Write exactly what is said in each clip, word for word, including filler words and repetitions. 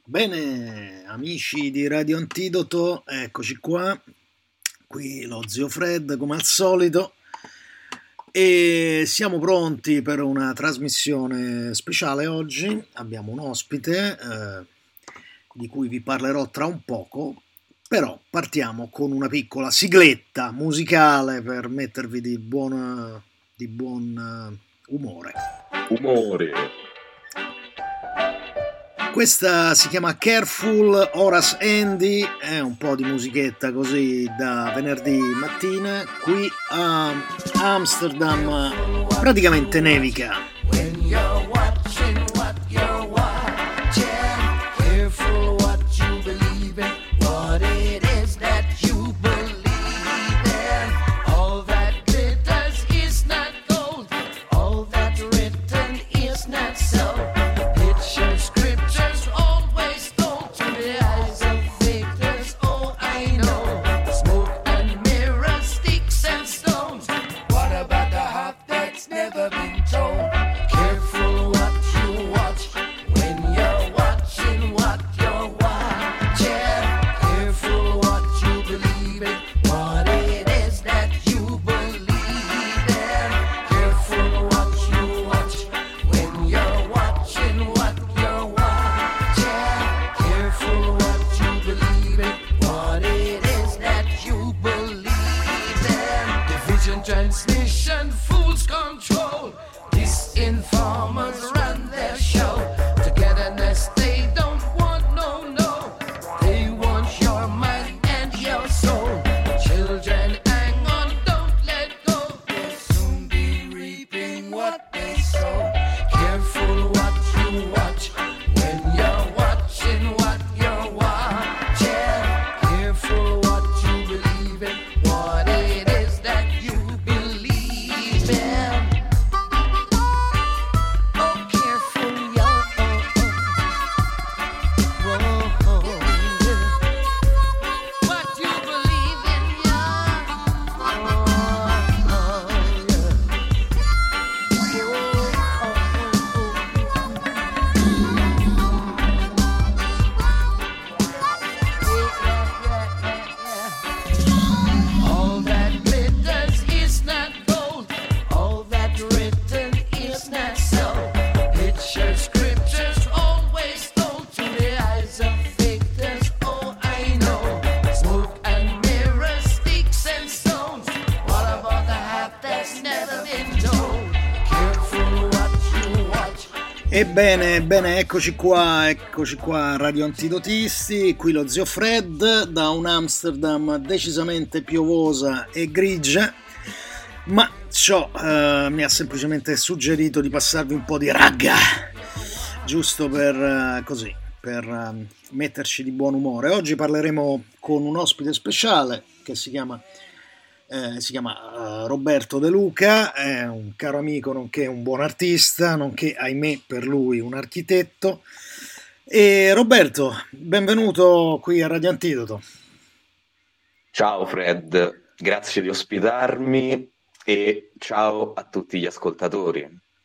Bene, amici di Radio Antidoto, eccoci qua, qui lo zio Fred come al solito e siamo pronti per una trasmissione speciale oggi. Abbiamo un ospite eh, di cui vi parlerò tra un poco, però partiamo con una piccola sigletta musicale per mettervi di buon, di buon umore. Umore. Questa si chiama Careful Horace Andy, è un po' di musichetta così da venerdì mattina. Qui a Amsterdam praticamente nevica. Transmission, fools control, disinformers run their show. Togetherness they don't want, no, no. They want your mind and your soul. Children, hang on, don't let go. They'll soon be reaping what they sow. Careful what you watch when you're watching what you're watching. Careful what you believe in, what it is that you Ebbene, ebbene, eccoci qua, eccoci qua Radio Antidotisti, qui lo zio Fred da un Amsterdam decisamente piovosa e grigia, ma ciò eh, mi ha semplicemente suggerito di passarvi un po' di ragga, giusto per eh, così, per eh, metterci di buon umore. Oggi parleremo con un ospite speciale che si chiama Eh, si chiama uh, Roberto De Luca, è un caro amico nonché un buon artista, nonché ahimè per lui un architetto. E Roberto, benvenuto qui a Radio Antidoto. Ciao Fred, grazie di ospitarmi e ciao a tutti gli ascoltatori.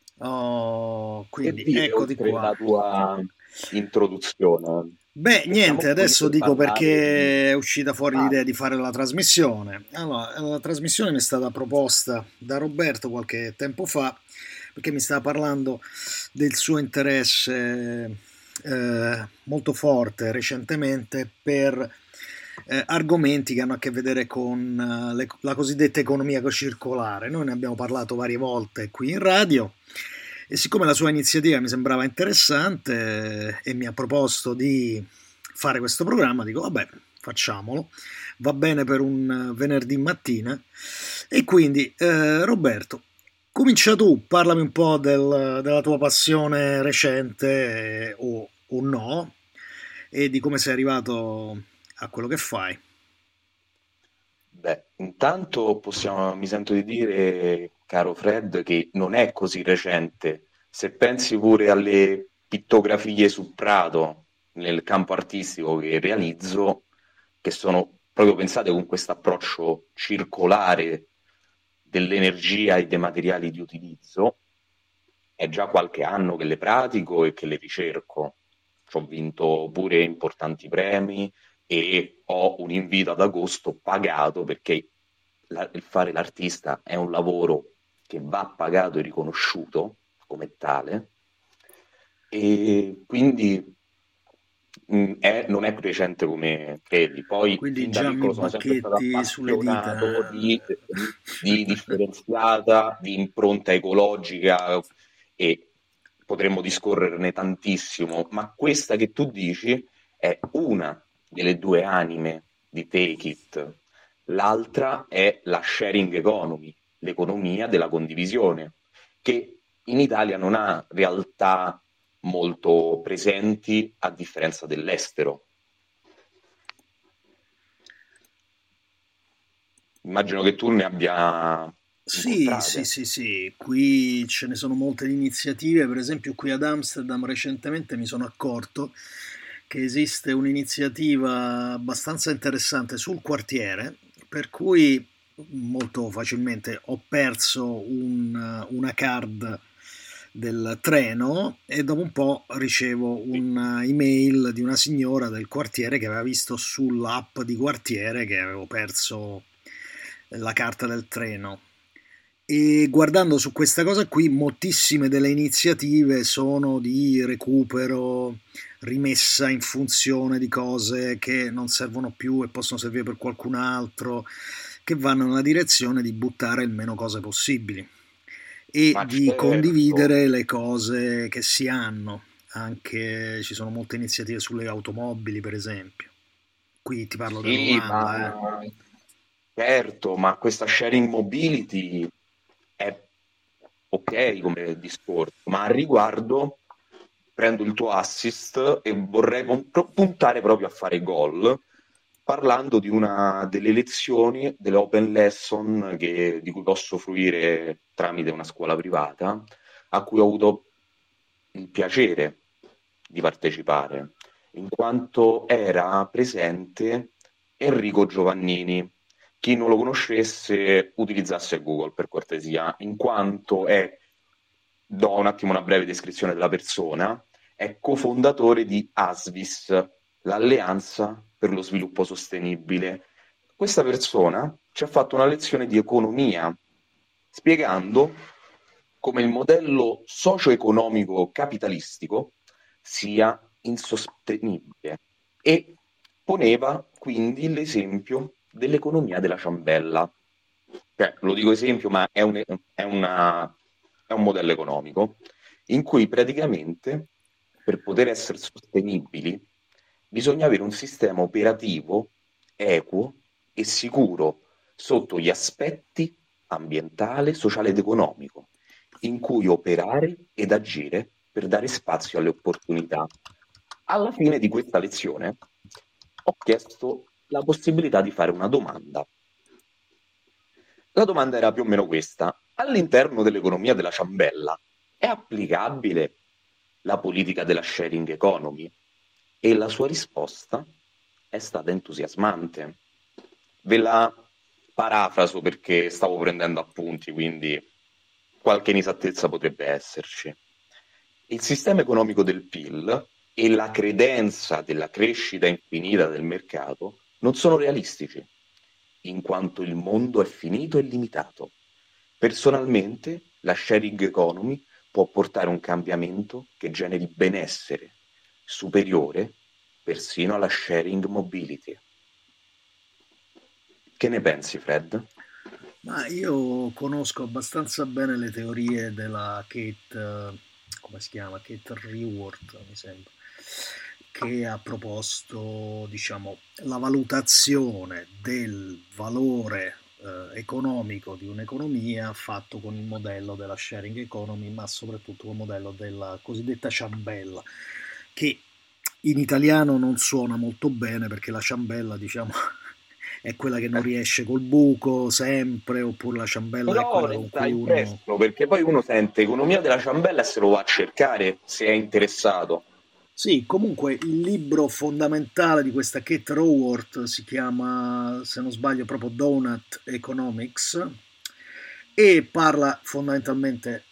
Oh, quindi e eccoti qua. La tua introduzione. Beh, niente, adesso dico parlare... perché è uscita fuori ah. l'idea di fare la trasmissione. Allora, la trasmissione mi è stata proposta da Roberto qualche tempo fa, perché mi stava parlando del suo interesse eh, molto forte recentemente per eh, argomenti che hanno a che vedere con uh, le, la cosiddetta economia circolare. Noi ne abbiamo parlato varie volte qui in radio. E siccome la sua iniziativa mi sembrava interessante eh, e mi ha proposto di fare questo programma, dico vabbè, facciamolo, va bene per un venerdì mattina. E quindi eh, Roberto, comincia tu, parlami un po' del, della tua passione recente eh, o, o no, e di come sei arrivato a quello che fai. Beh, intanto possiamo, mi sento di dire, caro Fred, che non è così recente. Se pensi pure alle pittografie su Prato nel campo artistico che realizzo, che sono proprio pensate con questo approccio circolare dell'energia e dei materiali di utilizzo, è già qualche anno che le pratico e che le ricerco. ci ho vinto pure importanti premi e ho un invito ad agosto pagato perché la- il fare l'artista è un lavoro che va pagato e riconosciuto come tale e quindi mh, è- non è recente come credi. Poi Quindi fin da già mi piccolo sono sempre stato bacchetti sulle appassionato dita. di, di differenziata, di impronta ecologica e potremmo discorrerne tantissimo, ma questa che tu dici è una delle due anime di Take It. L'altra è la sharing economy, l'economia della condivisione, che in Italia non ha realtà molto presenti a differenza dell'estero. Immagino che tu ne abbia Sì, sì, incontrate. sì, sì, qui ce ne sono molte iniziative, per esempio qui ad Amsterdam recentemente mi sono accorto che esiste un'iniziativa abbastanza interessante sul quartiere, per cui molto facilmente ho perso un- una card del treno e dopo un po' ricevo un'email di una signora del quartiere che aveva visto sull'app di quartiere che avevo perso la carta del treno. E guardando su questa cosa qui, moltissime delle iniziative sono di recupero, rimessa in funzione di cose che non servono più e possono servire per qualcun altro, che vanno nella direzione di buttare il meno cose possibili e Ma di certo, condividere le cose che si hanno. Anche ci sono molte iniziative sulle automobili, per esempio. Qui ti parlo sì, dell'Olanda, eh. ma certo, ma questa sharing mobility è ok come discorso, ma al riguardo prendo il tuo assist e vorrei pun- pro- puntare proprio a fare gol, parlando di una delle lezioni, delle open lesson che- di cui posso fruire tramite una scuola privata, a cui ho avuto il piacere di partecipare, in quanto era presente Enrico Giovannini. Chi non lo conoscesse, utilizzasse Google per cortesia, in quanto è, do un attimo una breve descrizione della persona, è cofondatore di ASVIS, l'Alleanza per lo Sviluppo Sostenibile. Questa persona ci ha fatto una lezione di economia, spiegando come il modello socio-economico capitalistico sia insostenibile e poneva quindi l'esempio dell'economia della ciambella. Cioè, lo dico esempio, ma è un, è una- è un modello economico in cui praticamente per poter essere sostenibili bisogna avere un sistema operativo equo e sicuro sotto gli aspetti ambientale, sociale ed economico, in cui operare ed agire per dare spazio alle opportunità. Alla fine di questa lezione ho chiesto la possibilità di fare una domanda. La domanda era più o meno questa: all'interno dell'economia della ciambella è applicabile la politica della sharing economy? E la sua risposta è stata entusiasmante. Ve la parafraso perché stavo prendendo appunti, quindi qualche inesattezza potrebbe esserci. Il sistema economico del P I L e la credenza della crescita infinita del mercato non sono realistici, in quanto il mondo è finito e limitato. Personalmente, la sharing economy può portare un cambiamento che generi benessere superiore persino alla sharing mobility. Che ne pensi, Fred? Ma io conosco abbastanza bene le teorie della Kate, eh, come si chiama? Kate Raworth, mi sembra, che ha proposto, diciamo, la valutazione del valore eh, economico di un'economia fatto con il modello della sharing economy, ma soprattutto con il modello della cosiddetta ciambella, che in italiano non suona molto bene perché la ciambella, diciamo, è quella che non riesce col buco sempre, oppure la ciambella è Però quella con resta cui uno... impresso perché poi uno sente economia della ciambella e se lo va a cercare se è interessato. Sì, comunque il libro fondamentale di questa Kate Raworth si chiama, se non sbaglio, proprio Donut Economics e parla fondamentalmente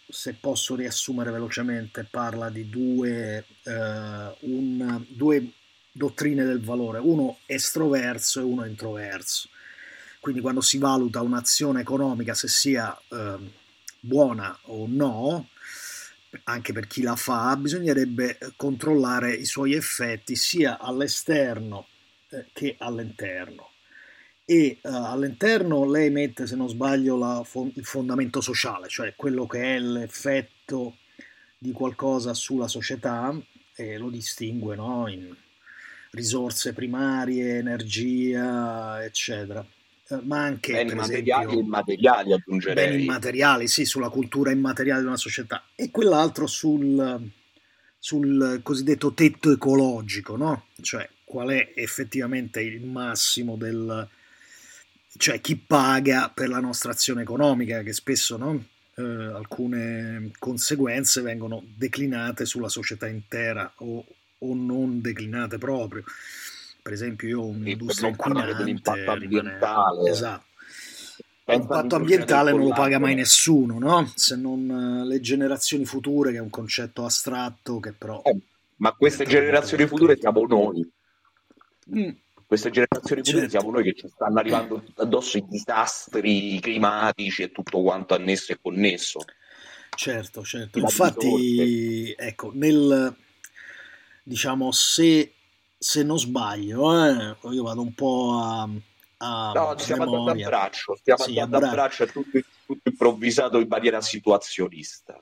se posso riassumere velocemente, parla di due, eh, un- due dottrine del valore, uno estroverso e uno introverso. Quindi quando si valuta un'azione economica, se sia eh, buona o no, anche per chi la fa, bisognerebbe controllare i suoi effetti sia all'esterno eh, che all'interno. E uh, all'interno lei mette, se non sbaglio, la fon- il fondamento sociale, cioè quello che è l'effetto di qualcosa sulla società, e lo distingue, no, in risorse primarie, energia, eccetera. Eh, ma anche, Beni per materiali e esempio, immateriali, beni aggiungerei. immateriali, sì, sulla cultura immateriale di una società, e quell'altro sul, sul cosiddetto tetto ecologico, no? Cioè qual è effettivamente il massimo del, cioè chi paga per la nostra azione economica, che spesso, no? Eh, alcune conseguenze vengono declinate sulla società intera o, o non declinate proprio. Per esempio, io ho E per un'industria non parlare dell'impatto inquinante, rimane ambientale, esatto. pensa L'impatto all'industria del ambientale non lo paga mai collagene. nessuno, no? Se non eh, le generazioni future, che è un concetto astratto che però Eh, ma è queste diventato molto generazioni future concreto. siamo noi. Mm, Queste generazioni future certo. siamo noi, che ci stanno arrivando addosso i disastri climatici e tutto quanto annesso e connesso. Certo, certo. La risorse. Infatti, ecco, nel, diciamo, se, se non sbaglio, eh, io vado un po' a, a No, ci stiamo andando a memoria. braccio, stiamo Sì, a andando a braccio. braccio, è tutto, tutto improvvisato in maniera situazionista.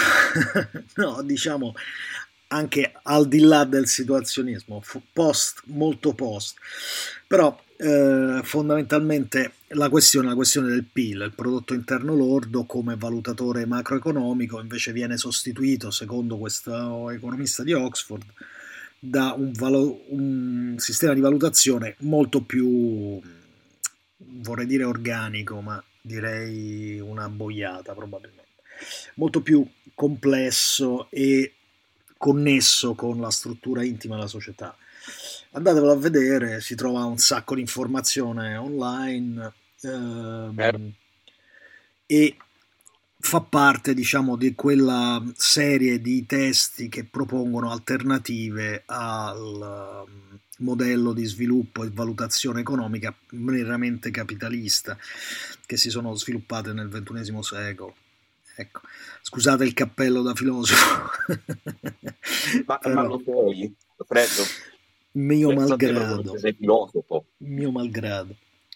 No, diciamo anche al di là del situazionismo, fu- post, molto post, però eh, fondamentalmente la questione, la questione del P I L, il prodotto interno lordo, come valutatore macroeconomico, invece viene sostituito, secondo questo economista di Oxford, da un, valo- un sistema di valutazione molto più, vorrei dire organico, ma direi una boiata probabilmente, molto più complesso e connesso con la struttura intima della società. Andatevelo a vedere, si trova un sacco di informazione online, Eh, ehm, e fa parte, diciamo, di quella serie di testi che propongono alternative al um, modello di sviluppo e valutazione economica meramente capitalista che si sono sviluppate nel ventunesimo secolo. Ecco, scusate il cappello da filosofo, ma, ma però lo sei, Freddo? mio Pensa a te proprio malgrado, che sei filosofo. mio malgrado.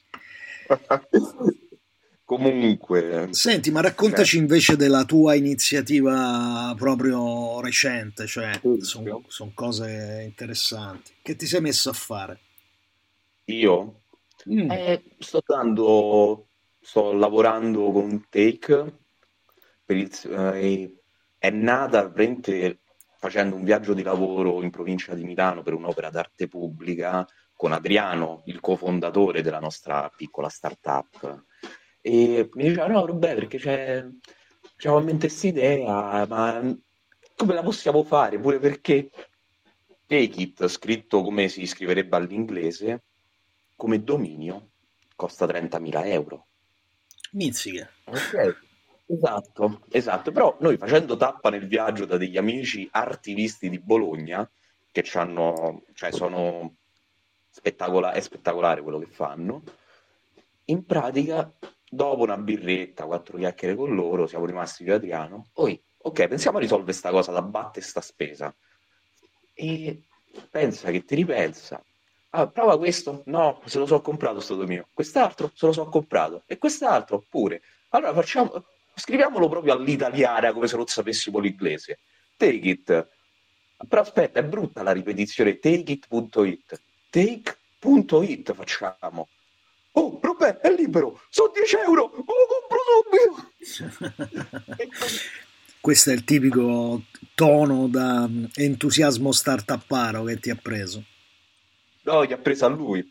Comunque, Senti, ma cioè, raccontaci invece della tua iniziativa proprio recente, cioè sono esempio, son cose interessanti. Che ti sei messo a fare? io Mm, eh, sto dando, sto lavorando con Take per il- eh, è nata praticamente facendo un viaggio di lavoro in provincia di Milano per un'opera d'arte pubblica con Adriano, il cofondatore della nostra piccola startup. E mi diceva: no, Roberto, perché c'è, c'avevo in mente questa idea, ma come la possiamo fare? Pure perché Take It, scritto come si scriverebbe all'inglese, come dominio, costa trentamila euro. mizzica. Ok, esatto, esatto. Però noi, facendo tappa nel viaggio da degli amici artivisti di Bologna, che c'hanno, cioè sono spettacola- è spettacolare quello che fanno, in pratica, dopo una birretta, quattro chiacchiere con loro, siamo rimasti io e Adriano. Poi, ok, pensiamo a risolvere sta cosa, da battere sta spesa. E pensa che ti ripensa. Ah, prova questo? No, se lo so comprato sto dominio. Quest'altro se lo so comprato. E quest'altro pure. Allora facciamo, scriviamolo proprio all'italiana come se non sapessimo l'inglese. Take it. Però aspetta, è brutta la ripetizione. take it punto it. take punto it facciamo. Oh, Robè, è libero. Sono dieci euro. Me lo compro subito. Questo è il tipico tono da entusiasmo startupparo che ti ha preso. No, gli ha presa a lui.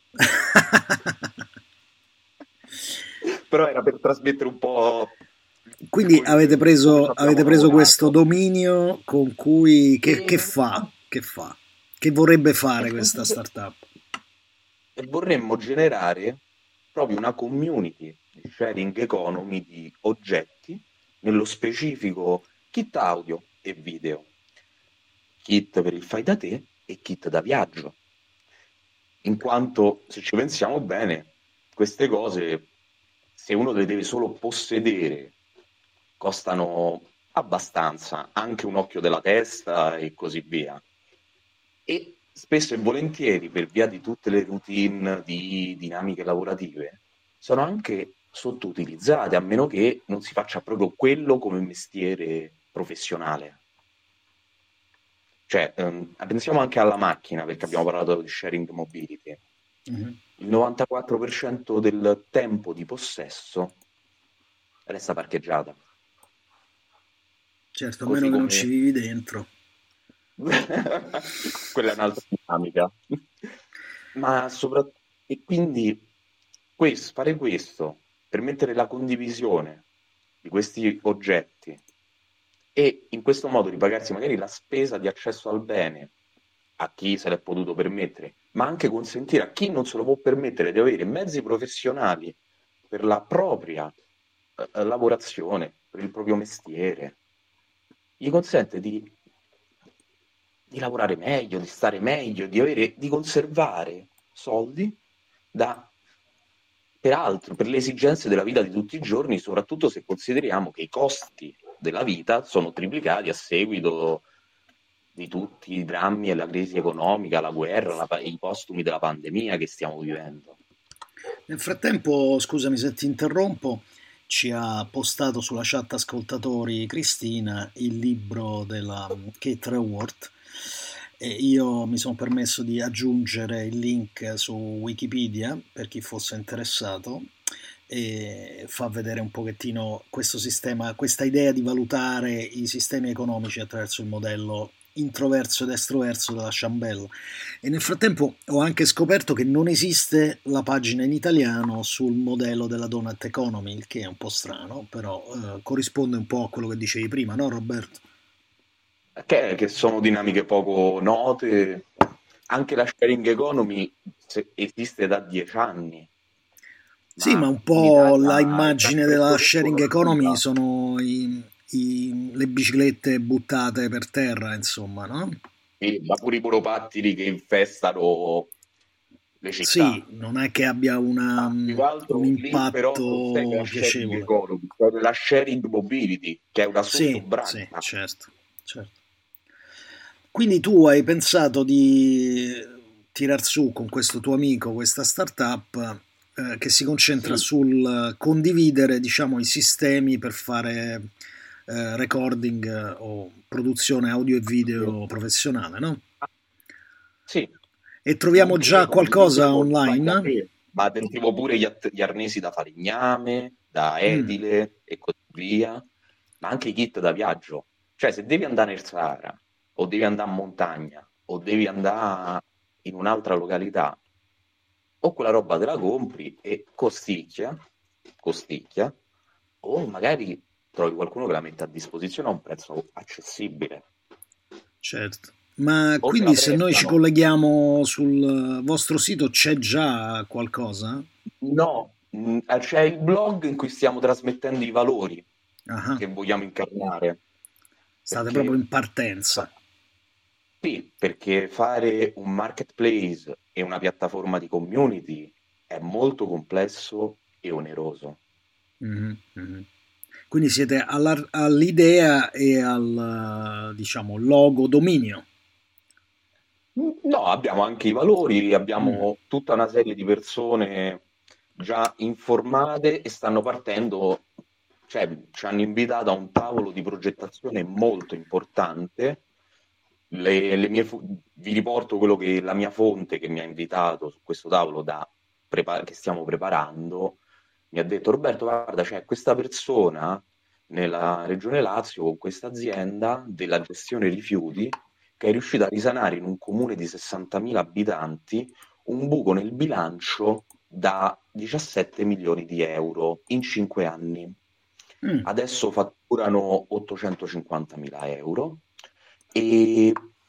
Però era per trasmettere un po' Quindi avete come, come ci preso, abbiamo avete preso questo lavorato. dominio con cui E, che, che fa? Che fa? Che vorrebbe fare questa e- startup? e vorremmo generare proprio una community di sharing economy di oggetti nello specifico kit audio e video, kit per il fai da te e kit da viaggio, in quanto, se ci pensiamo bene, queste cose, se uno le deve solo possedere, costano abbastanza, anche un occhio della testa e così via. E spesso e volentieri, per via di tutte le routine di dinamiche lavorative, sono anche sottoutilizzate, a meno che non si faccia proprio quello come mestiere professionale. Cioè, ehm, pensiamo anche alla macchina, perché abbiamo parlato di sharing mobility. Mhm. Il novantaquattro per cento del tempo di possesso resta parcheggiata. Certo, a Così meno che non come ci vivi dentro. quella è un'altra dinamica. Ma sopra... E quindi questo, fare questo, permettere la condivisione di questi oggetti e in questo modo ripagarsi magari la spesa di accesso al bene a chi se l'è potuto permettere, ma anche consentire a chi non se lo può permettere di avere mezzi professionali per la propria eh, lavorazione, per il proprio mestiere, gli consente di, di lavorare meglio, di stare meglio, di avere, di conservare soldi da, per altro, per le esigenze della vita di tutti i giorni, soprattutto se consideriamo che i costi della vita sono triplicati a seguito di tutti i drammi e la crisi economica, la guerra, la pa- i postumi della pandemia che stiamo vivendo. Nel frattempo, scusami se ti interrompo, ci ha postato sulla chat ascoltatori Cristina il libro della Kate Raworth e io mi sono permesso di aggiungere il link su Wikipedia per chi fosse interessato e fa vedere un pochettino questo sistema, questa idea di valutare i sistemi economici attraverso il modello introverso ed estroverso della ciambella. E nel frattempo ho anche scoperto che non esiste la pagina in italiano sul modello della Donut Economy, il che è un po' strano, però eh, corrisponde un po' a quello che dicevi prima, no Roberto? Che, che sono dinamiche poco note. Anche la sharing economy se- esiste da dieci anni, Sì, ma ma un in po' la Italia è già immagine della pressoché sharing economy sconosciuta. sono i- i- le biciclette buttate per terra, insomma, no? E ma pure i monopattini che infestano le Sì, città. non è che abbia una, Ma più che un altro lì però non serve la impatto sharing piacevole. economy, serve la sharing mobility, che è una Sì, sì, sottobranca. certo, certo. Quindi tu hai pensato di tirar su con questo tuo amico questa startup eh, che si concentra Sì, sul condividere, diciamo, i sistemi per fare eh, recording eh, o produzione audio e sì. video professionale, no? Sì, E troviamo non che già qualcosa condividerlo fai da online? te, ma sentivo pure gli, att- gli arnesi da falegname, da Mm, edile e così via, ma anche i kit da viaggio. Cioè, se devi andare nel Sahara, o devi andare in montagna, o devi andare in un'altra località, o quella roba te la compri e costicchia, costicchia, o magari trovi qualcuno che la mette a disposizione a un prezzo accessibile, certo. Ma o te la quindi se noi ci prestano. colleghiamo sul vostro sito c'è già qualcosa? No, mh, eh, c'è il blog in cui stiamo trasmettendo i valori Ah, che vogliamo incarnare, state proprio perché in partenza. fa- sì, perché fare un marketplace e una piattaforma di community è molto complesso e oneroso. Mhm, mhm. Quindi siete alla- all'idea e al, eh, diciamo, logo dominio. No, abbiamo anche i valori, Mm, abbiamo tutta una serie di persone già informate e stanno partendo, cioè ci hanno invitato a un tavolo di progettazione molto importante. Le, le mie fu- vi riporto quello che la mia fonte che mi ha invitato su questo tavolo da prepa- che stiamo preparando, mi ha detto Roberto, guarda, c'è questa persona nella regione Lazio con questa azienda della gestione rifiuti che è riuscita a risanare in un comune di sessantamila abitanti un buco nel bilancio da diciassette milioni di euro in cinque anni. mm. Adesso fatturano ottocentocinquantamila euro e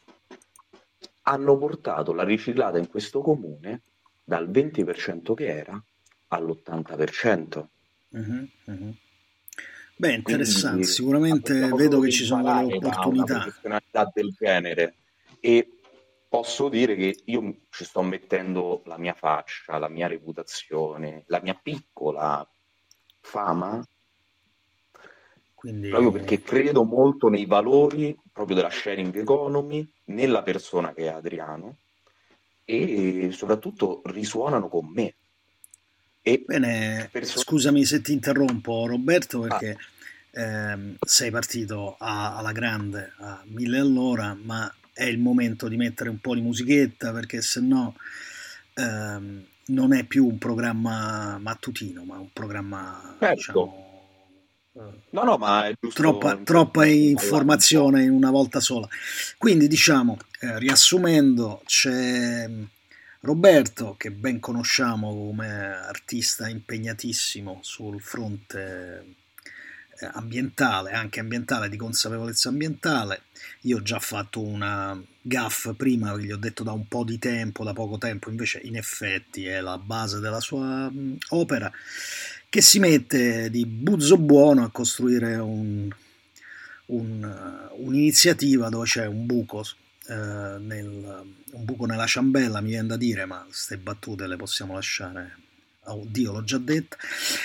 hanno portato la riciclata in questo comune dal venti per cento che era all'ottanta per cento. Mhm, mhm. Beh, interessante, Quindi ma sicuramente possiamo vedo solo che che ci sono delle imparare da una opportunità. professionalità del genere. E posso dire che io m- ci sto mettendo la mia faccia, la mia reputazione, la mia piccola fama, proprio Quindi perché credo molto nei valori proprio della sharing economy, nella persona che è Adriano, e soprattutto risuonano con me. E bene, persone... scusami se ti interrompo Roberto Ah, perché ehm, sei partito a- alla grande, a mille all'ora, ma è il momento di mettere un po' di musichetta perché se no ehm, non è più un programma mattutino, ma un programma, certo, diciamo, eh, no, no, ma è giusto troppa, in qualche troppa modo ballare un po'. informazione in una volta sola. Quindi diciamo, eh, riassumendo, c'è Roberto, che ben conosciamo come artista impegnatissimo sul fronte eh, ambientale, anche ambientale, di consapevolezza ambientale. Io ho già fatto una gaff prima, gli ho detto da un po' di tempo, da poco tempo, invece in effetti è la base della sua mh, opera, che si mette di buzzo buono a costruire un, un, un'iniziativa dove c'è un buco eh, nel, un buco nella ciambella, mi viene da dire, ma queste battute le possiamo lasciare a oh, Dio, l'ho già detto.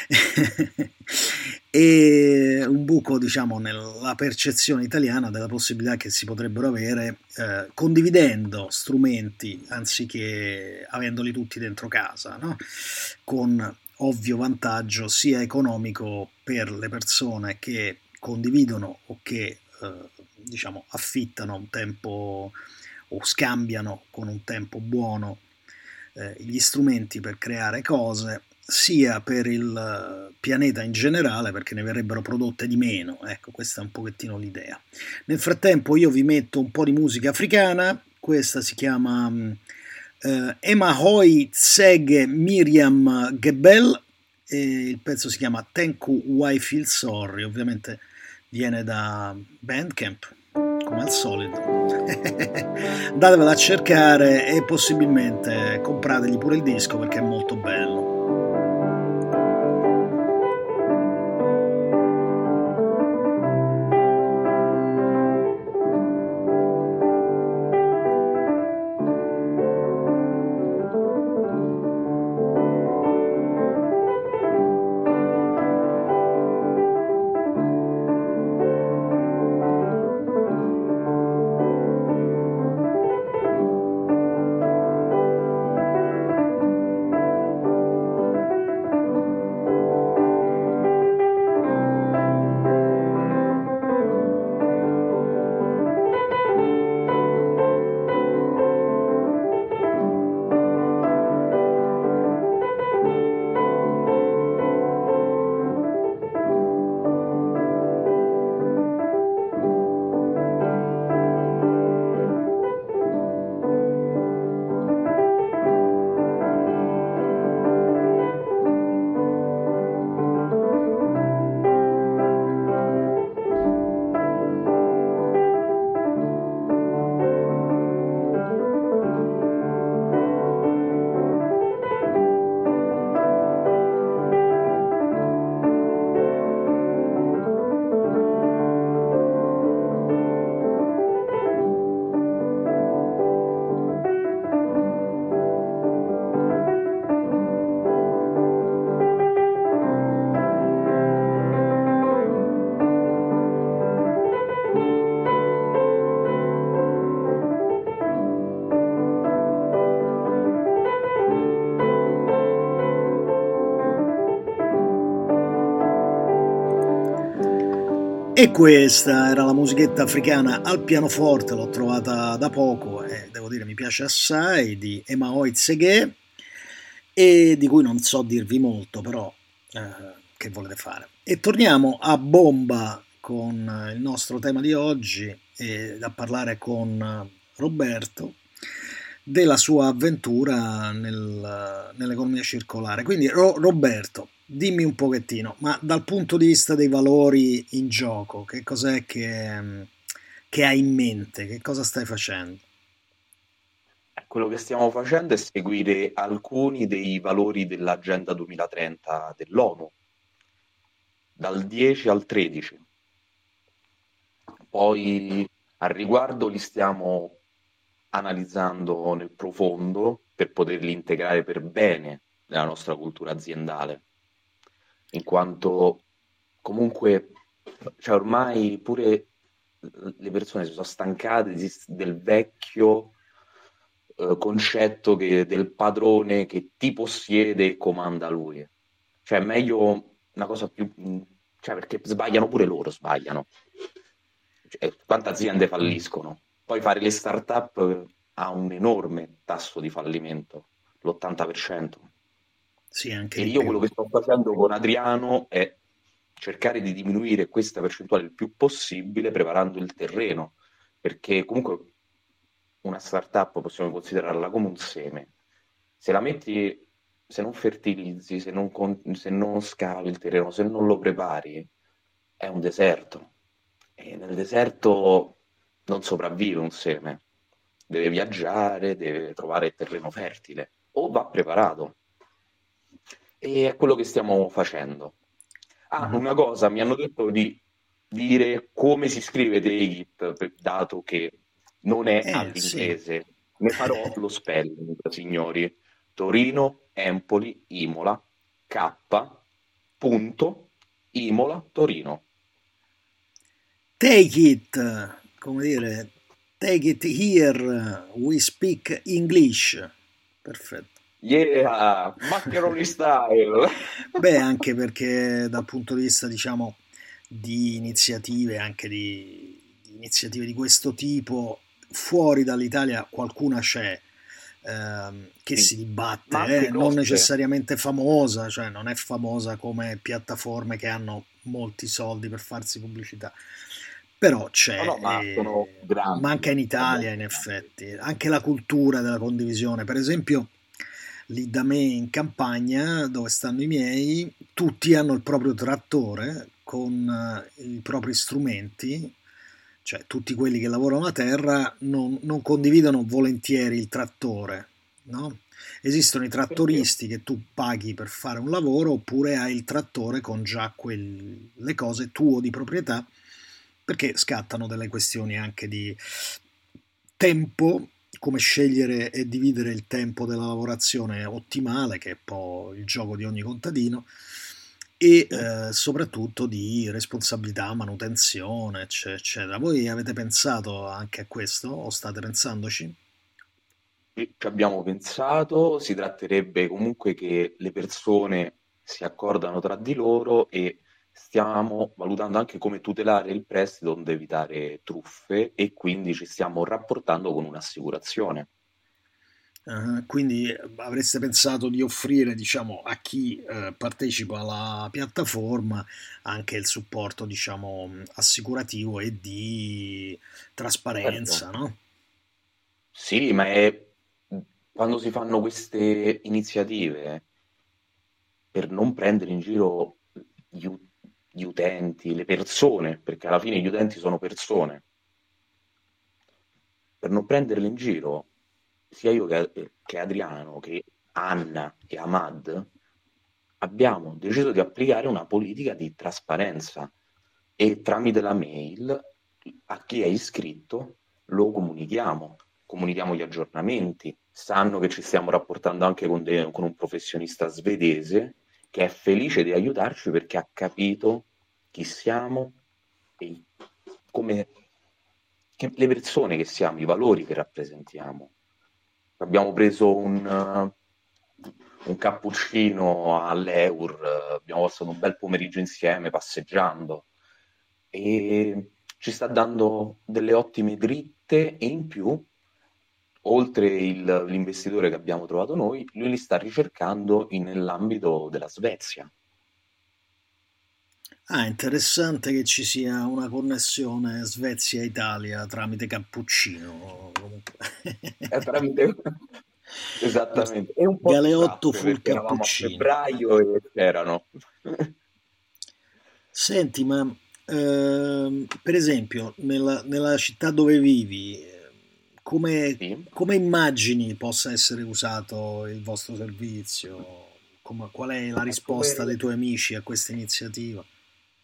E un buco, diciamo, nella percezione italiana della possibilità che si potrebbero avere eh, condividendo strumenti anziché avendoli tutti dentro casa, no? Con ovvio vantaggio sia economico per le persone che condividono o che eh, diciamo affittano un tempo o scambiano con un tempo buono eh, gli strumenti per creare cose, sia per il pianeta in generale perché ne verrebbero prodotte di meno. Ecco, questa è un pochettino l'idea. Nel frattempo io vi metto un po' di musica africana, questa si chiama eh, Emahoy Tsege Miriam Gebel e il pezzo si chiama Tenku Why Feel Sorry, ovviamente viene da Bandcamp come al solito. Andatevela a cercare e possibilmente comprategli pure il disco perché è molto bello. E questa era la musichetta africana al pianoforte, l'ho trovata da poco e devo dire mi piace assai, di Emahoy Tsege, e di cui non so dirvi molto, però eh, che volete fare. E torniamo a bomba con il nostro tema di oggi e a parlare con Roberto della sua avventura nel, nell'economia circolare. Quindi Ro- Roberto, dimmi un pochettino, ma dal punto di vista dei valori in gioco, che cos'è che, che hai in mente? Che cosa stai facendo? Eh, Quello che stiamo facendo è seguire alcuni dei valori dell'Agenda duemilatrenta dell'ONU, dal dieci al tredici. Poi al riguardo li stiamo analizzando nel profondo per poterli integrare per bene nella nostra cultura aziendale, in quanto comunque, cioè ormai pure le persone si sono stancate di- del vecchio eh, concetto che- del padrone che ti possiede e comanda lui. Cioè è meglio una cosa più... mh, cioè perché sbagliano pure loro, sbagliano. Cioè, quante aziende Mm. falliscono? Poi fare le start-up eh, ha un enorme tasso di fallimento, l'ottanta per cento. Sì, anche E di io quello più. che sto facendo con Adriano è cercare di diminuire questa percentuale il più possibile preparando il terreno, perché comunque una startup possiamo considerarla come un seme. Se la metti, se non fertilizzi, se non, con- se non scavi il terreno, se non lo prepari, è un deserto. E nel deserto non sopravvive un seme. Deve viaggiare, deve trovare il terreno fertile o va preparato. E è quello che stiamo facendo. Ah, Mhm. una cosa, mi hanno detto di dire come si scrive Take It, dato che non è Eh, sì. all'inglese. Ne farò lo spelling, signori. Torino, Empoli, Imola, K, punto, Imola, Torino. Take it, come dire, take it here, we speak English. Perfetto. Yeah, Maccheroni style. Beh, anche perché dal punto di vista, diciamo, di iniziative, anche di, di iniziative di questo tipo, fuori dall'Italia qualcuna c'è ehm, che Sì, si ma dibatte, anche eh, non grosse. necessariamente famosa, cioè non è famosa come piattaforme che hanno molti soldi per farsi pubblicità, però No, c'è, no, ma sono e manca grandi, in sono Italia in molto grandi. effetti, anche la cultura della condivisione, per esempio lì da me in campagna dove stanno i miei, tutti hanno il proprio trattore con eh, i propri strumenti, cioè tutti quelli che lavorano la terra non, non condividono volentieri il trattore, no? Esistono i Perché? trattoristi che tu paghi per fare un lavoro oppure hai il trattore con già quel- le cose tuo di proprietà perché scattano delle questioni anche di tempo, come scegliere e dividere il tempo della lavorazione ottimale, che è un po' il gioco di ogni contadino, e Sì. eh, soprattutto di responsabilità, manutenzione, eccetera, eccetera. Voi avete pensato anche a questo o state pensandoci? Sì, ci abbiamo pensato, si tratterebbe comunque che le persone si accordano tra di loro e stiamo valutando anche come tutelare il prestito onde evitare truffe e quindi ci stiamo rapportando con un'assicurazione. Eh, quindi avreste pensato di offrire, diciamo, a chi eh, partecipa alla piattaforma anche il supporto, diciamo, assicurativo e di Certo. trasparenza, no? Sì, ma è quando si fanno queste iniziative per non prendere in giro gli, u- gli utenti, le persone, perché alla fine gli utenti sono persone, per non prenderle in giro, sia io che, che Adriano, che Anna e Ahmad, abbiamo deciso di applicare una politica di trasparenza e tramite la mail a chi è iscritto lo comunichiamo, comunichiamo gli aggiornamenti, sanno che ci stiamo rapportando anche con, de- con un professionista svedese che è felice di aiutarci perché ha capito chi siamo e come che- le persone che siamo, i valori che rappresentiamo. Abbiamo preso un, eh, un cappuccino all'Eur, eh, abbiamo passato un bel pomeriggio insieme passeggiando e ci sta dando delle ottime dritte e in più, oltre il- l'investitore che abbiamo trovato noi, lui li sta ricercando in- nell'ambito della Svezia. Ah, interessante che ci sia una connessione Svezia-Italia tramite cappuccino. Comunque. È tramite... Questo- Esattamente, e un po' di Galeotto tappe full perché eravamo a cappuccino. febbraio e c'erano. Senti, ma ehm, per esempio nella, nella città dove vivi, eh, come, Sì. come immagini possa essere usato il vostro servizio? Come- qual è la Ma risposta come, dei tuoi amici a questa iniziativa?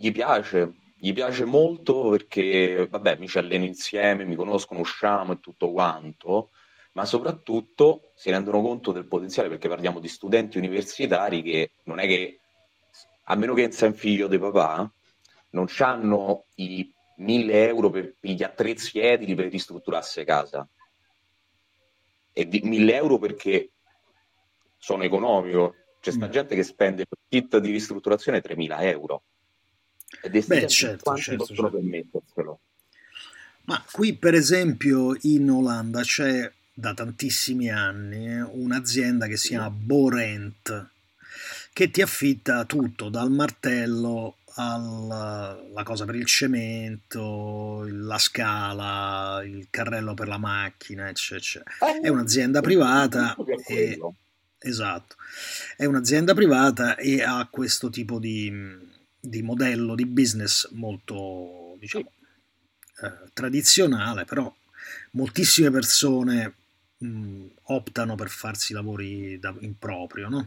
gli piace, gli piace molto perché, vabbè, mi ci alleno insieme, mi conoscono, usciamo e tutto quanto, ma soprattutto si rendono conto del potenziale perché parliamo di studenti universitari che non è che, a meno che non sia un figlio di papà, non hanno i mille euro per gli attrezzi edili per ristrutturarsi casa. E di mille euro perché sono economico. C'è sta Mm. gente che spende per kit di ristrutturazione tremila euro. Ed è Beh, studenti certo, quanti certo, possono certo. permetterselo? Ma qui, per esempio, in Olanda c'è da tantissimi anni eh, un'azienda che si Sì. chiama Borent, che ti affitta tutto, dal martello alla cosa per il cemento, la scala, il carrello per la macchina, eccetera. È Eh, un'azienda penso privata penso che è e quello. esatto, è un'azienda privata e ha questo tipo di, di modello di business molto, diciamo, Sì. eh, tradizionale, però moltissime persone mh, optano per farsi lavori da, in proprio, no?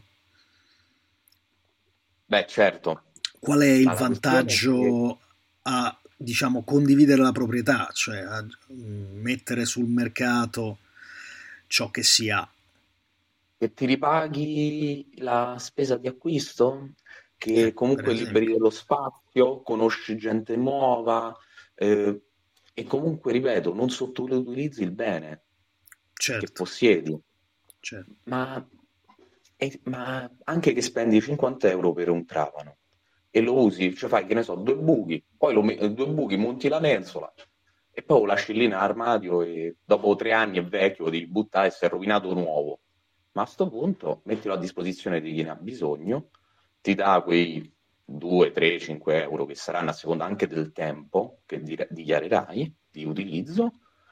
Beh, certo, Qual è il ma la questione è che vantaggio a, diciamo, condividere la proprietà, cioè a mh, mettere sul mercato ciò che si ha? che ti ripaghi la spesa di acquisto, Eh, che per comunque liberi esempio, dello spazio, conosci gente nuova, eh, e comunque, ripeto, non sottoutilizzi il bene che certo, possiedi. certo. Ma, e- ma anche che spendi cinquanta euro per un trapano e lo usi, cioè fai, che ne so, due buchi, poi lo me- due buchi, monti la mensola e poi lo lasci lì in armadio e dopo tre anni è vecchio, lo devi buttare e si è rovinato nuovo. Ma a sto punto mettilo a disposizione di chi ne ha bisogno, ti dà quei due, tre, cinque euro che saranno a seconda anche del tempo che di- dichiarerai di utilizzo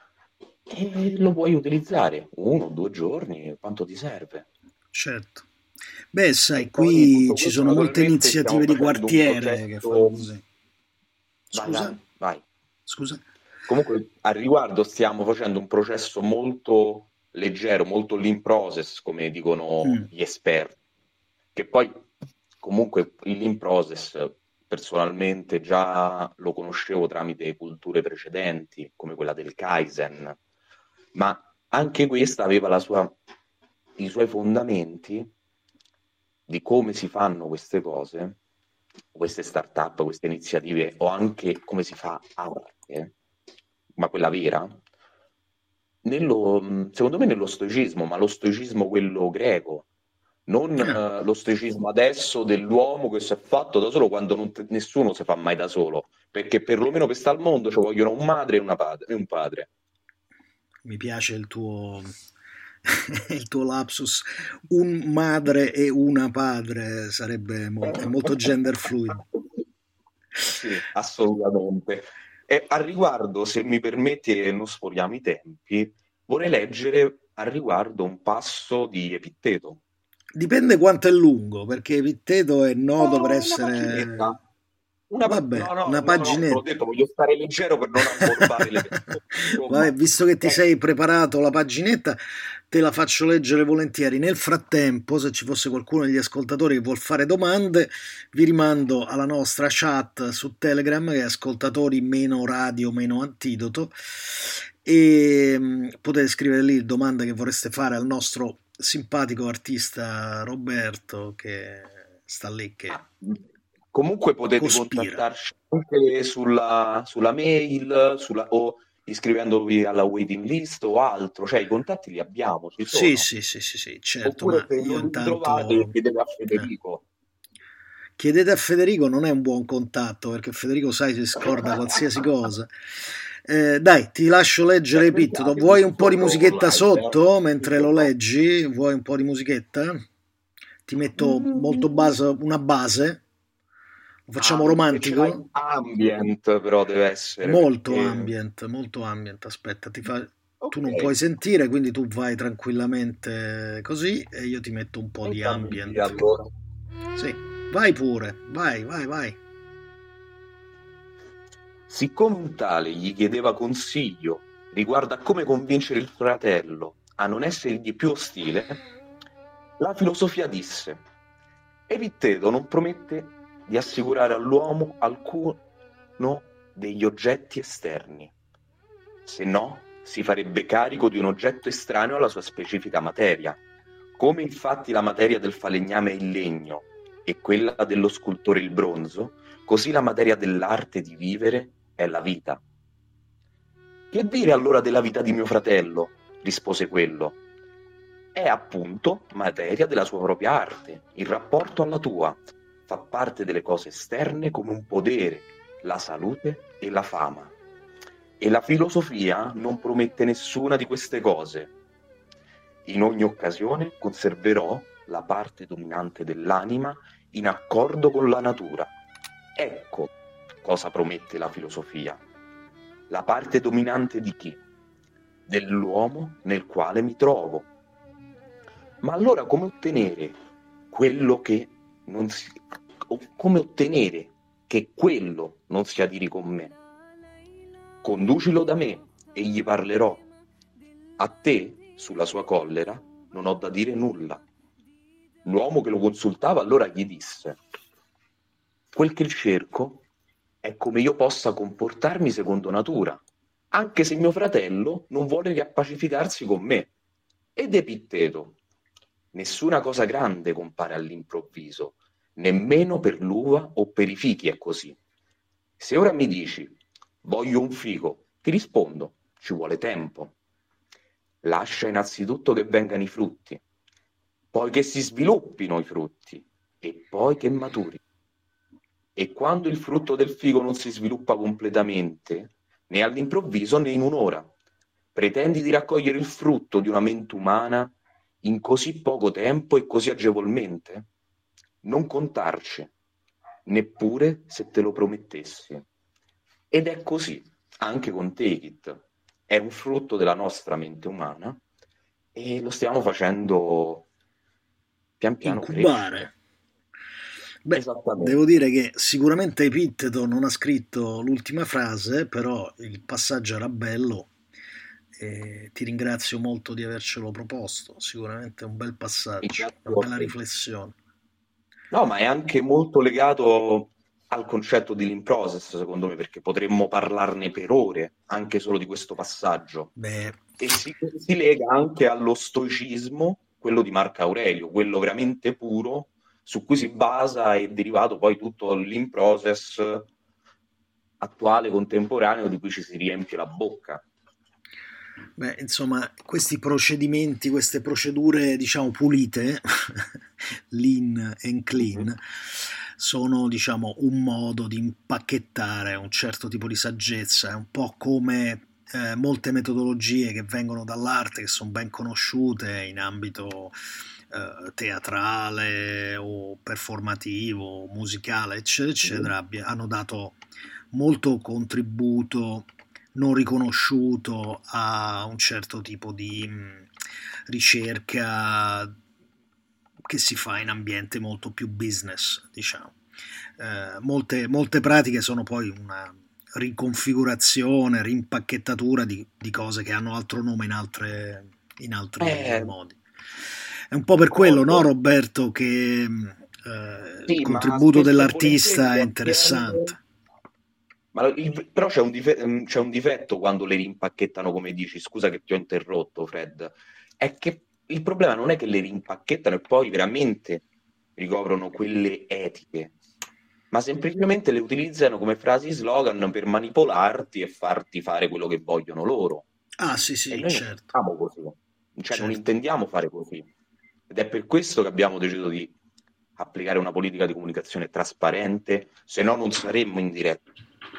e lo puoi utilizzare uno, due giorni, quanto ti serve. Certo. Beh, sai, E poi qui tutto ci questo sono molte naturalmente stiamo iniziative di facendo un quartiere che fanno progetto. così. Vai, Scusa? vai, vai. Scusa? Comunque, al riguardo stiamo facendo un processo molto leggero, molto lean process, come dicono Mm. gli esperti, che poi comunque il lean process personalmente già lo conoscevo tramite culture precedenti, come quella del Kaizen, ma anche questa aveva la sua, i suoi fondamenti di come si fanno queste cose, queste start-up, queste iniziative, o anche come si fa arte, ma quella vera, nello, secondo me nello stoicismo, ma lo stoicismo quello greco, non Ah, eh, lo stoicismo adesso dell'uomo che si è fatto da solo quando non te- nessuno si fa mai da solo, perché perlomeno per stare al mondo ci vogliono un madre e, una padre, e un padre. mi piace il tuo, il tuo lapsus. Un madre e una padre sarebbe molto, è molto gender fluid. Sì, assolutamente. E al riguardo, se mi permetti e non sforiamo i tempi, vorrei leggere al riguardo un passo di Epitteto. Dipende quanto è lungo, perché Epitteto è noto per Oh, una essere... paginetta. Una pa- Vabbè, no, no, una no, no, te l'ho paginetta. detto, voglio stare leggero per non ammorbare le persone. Vabbè, Insomma, visto che ti eh, sei preparato la paginetta, te la faccio leggere volentieri. Nel frattempo, se ci fosse qualcuno degli ascoltatori che vuol fare domande, vi rimando alla nostra chat su Telegram, che è ascoltatori meno radio meno antidoto, e mh, potete scrivere lì domande che vorreste fare al nostro simpatico artista Roberto, che sta lì che ah, comunque potete cospira. contattarci anche sulla, sulla mail sulla- o iscrivendovi alla waiting list o altro, cioè i contatti li abbiamo, ci Sì, sono. sì, sì, sì, sì, certo, Oppure ma se io non li trovate, intanto... chiedete a eh. Federico. Chiedete a Federico non è un buon contatto, perché Federico, sai, si scorda qualsiasi cosa. Eh, dai, ti lascio leggere Beh, Epitteto. cercate, Vuoi questi un po' di sono musichetta live, eh? sotto Questi mentre lo sono... leggi? Vuoi un po' di musichetta? Ti metto molto Mm, base, una base. Lo facciamo am- se ce l'hai romantico? ambient, però deve essere Molto perché... ambient, molto ambient. Aspetta, ti fa... tu Ok, non puoi sentire, quindi tu vai tranquillamente così e io ti metto un po' di mettiamoli via ambient. allora. Sì, vai pure, vai, vai, vai. Siccome un tale gli chiedeva consiglio riguardo a come convincere il fratello a non essergli più ostile, la filosofia disse: Epitteto non promette di assicurare all'uomo alcuno degli oggetti esterni, se no si farebbe carico di un oggetto estraneo alla sua specifica materia. Come infatti la materia del falegname è il legno e quella dello scultore il bronzo, così la materia dell'arte di vivere è la vita. Che dire allora della vita di mio fratello? Rispose quello. È appunto materia della sua propria arte, in rapporto alla tua. Fa parte delle cose esterne come un podere, la salute e la fama. E la filosofia non promette nessuna di queste cose. In ogni occasione conserverò la parte dominante dell'anima in accordo con la natura. Ecco cosa promette la filosofia. La parte dominante di chi? Dell'uomo nel quale mi trovo. Ma allora come ottenere quello che non si... come ottenere che quello non si adiri con me? Conducilo da me e gli parlerò. A te, sulla sua collera, non ho da dire nulla. L'uomo che lo consultava allora gli disse: quel che cerco è come io possa comportarmi secondo natura, anche se mio fratello non vuole riappacificarsi con me. Ed Epitteto: nessuna cosa grande compare all'improvviso, nemmeno per l'uva o per i fichi è così. Se ora mi dici voglio un fico, ti rispondo: ci vuole tempo. Lascia innanzitutto che vengano i frutti, poi che si sviluppino i frutti e poi che maturi. E quando il frutto del fico non si sviluppa completamente, né all'improvviso né in un'ora, pretendi di raccogliere il frutto di una mente umana in così poco tempo e così agevolmente? Non contarci, neppure se te lo promettessi. Ed è così anche con Take It. È un frutto della nostra mente umana e lo stiamo facendo pian piano incubare. Crescere. Beh, Esattamente. devo dire che sicuramente Epitteto non ha scritto l'ultima frase, però il passaggio era bello e ti ringrazio molto di avercelo proposto. Sicuramente è un bel passaggio, una bella riflessione. No, ma è anche molto legato al concetto di lean process, secondo me, perché potremmo parlarne per ore anche solo di questo passaggio. Beh. E si, si lega anche allo stoicismo, quello di Marco Aurelio, quello veramente puro, su cui si basa e derivato poi tutto il lean process attuale, contemporaneo, di cui ci si riempie la bocca. Beh, insomma, questi procedimenti, queste procedure, diciamo, pulite, lean and clean, mm-hmm. sono, diciamo, un modo di impacchettare un certo tipo di saggezza. È un po' come eh, molte metodologie che vengono dall'arte, che sono ben conosciute in ambito eh, teatrale o performativo, musicale, eccetera, eccetera, mm-hmm. hanno dato molto contributo non riconosciuto a un certo tipo di mh, ricerca che si fa in ambiente molto più business, diciamo. Eh, molte, molte pratiche sono poi una riconfigurazione, rimpacchettatura di, di cose che hanno altro nome in, altre, in altri eh, modi. È un po' per quello, no, Roberto, che eh, sì, il contributo dell'artista è interessante. Ma il, però c'è un, difetto, c'è un difetto quando le rimpacchettano, come dici, scusa che ti ho interrotto, Fred, è che il problema non è che le rimpacchettano e poi veramente ricoprono quelle etiche, ma semplicemente le utilizzano come frasi slogan per manipolarti e farti fare quello che vogliono loro. Ah sì sì, e noi certo. Non così, cioè certo. non intendiamo fare così, ed è per questo che abbiamo deciso di applicare una politica di comunicazione trasparente, se no non saremmo in diretta.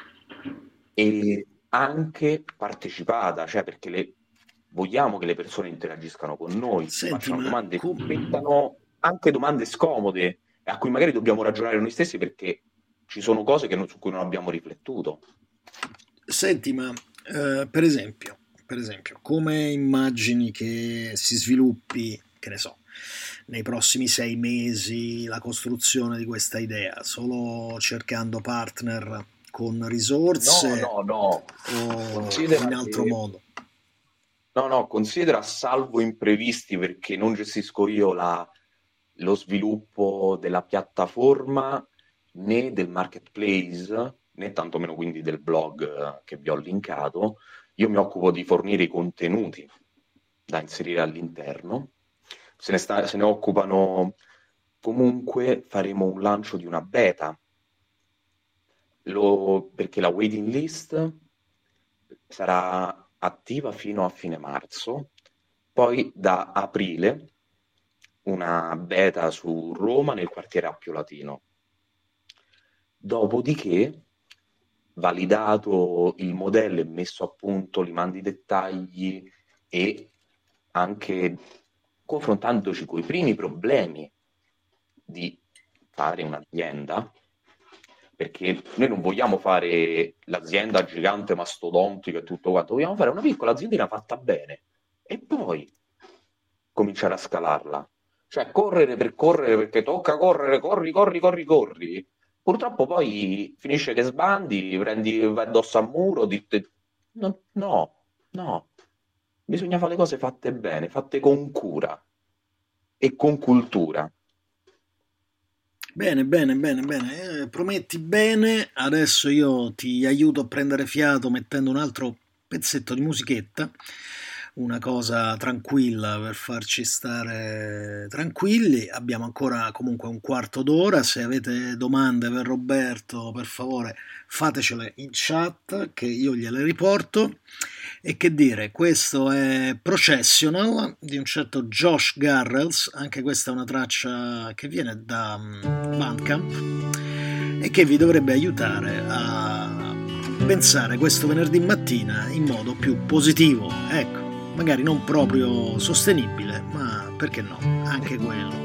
E anche partecipata, cioè perché le, vogliamo che le persone interagiscano con noi, Senti, facciano ma domande, com- mettano anche domande scomode a cui magari dobbiamo ragionare noi stessi perché ci sono cose che non, su cui non abbiamo riflettuto. Senti, ma eh, per esempio, per esempio, come immagini che si sviluppi, che ne so, nei prossimi sei mesi la costruzione di questa idea, solo cercando partner con risorse no, no, no. o Considera in altro che... modo? No, no, considera salvo imprevisti, perché non gestisco io la, lo sviluppo della piattaforma né del marketplace, né tantomeno quindi del blog eh, che vi ho linkato. Io mi occupo di fornire i contenuti da inserire all'interno. Se ne, sta- se ne occupano comunque, faremo un lancio di una beta, lo- perché la waiting list sarà attiva fino a fine marzo, poi da aprile una beta su Roma nel quartiere Appio Latino. Dopodiché, validato il modello e messo a punto, li mandi i dettagli e anche confrontandoci con i primi problemi di fare un'azienda, perché noi non vogliamo fare l'azienda gigante mastodontica e tutto quanto, vogliamo fare una piccola aziendina fatta bene e poi cominciare a scalarla. Cioè correre per correre perché tocca correre, corri, corri, corri, corri. Purtroppo poi finisce che sbandi, prendi, vai addosso al muro, dite... No, no, no. Bisogna fare le cose fatte bene, fatte con cura e con cultura. Bene, bene, bene, bene. Eh, prometti bene. Adesso io ti aiuto a prendere fiato mettendo un altro pezzetto di musichetta, una cosa tranquilla per farci stare tranquilli. Abbiamo ancora comunque un quarto d'ora. Se avete domande per Roberto, per favore fatecele in chat che io gliele riporto. E che dire, questo è Processional di un certo Josh Garrels, anche questa è una traccia che viene da um, Bandcamp e che vi dovrebbe aiutare a pensare questo venerdì mattina in modo più positivo, ecco, magari non proprio sostenibile, ma perché no, anche quello.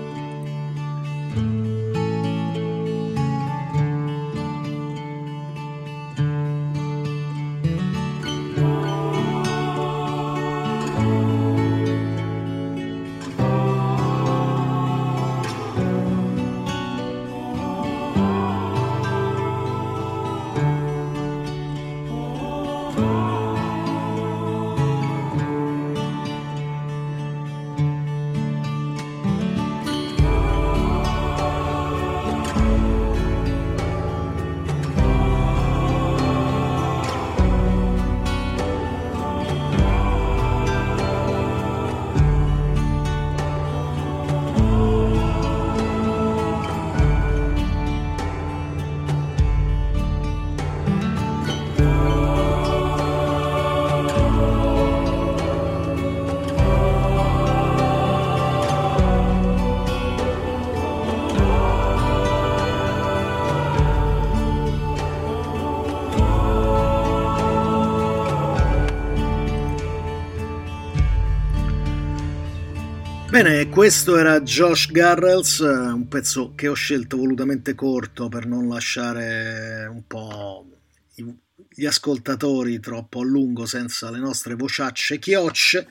Bene, questo era Josh Garrels, un pezzo che ho scelto volutamente corto per non lasciare un po' gli ascoltatori troppo a lungo senza le nostre vociacce chiocce.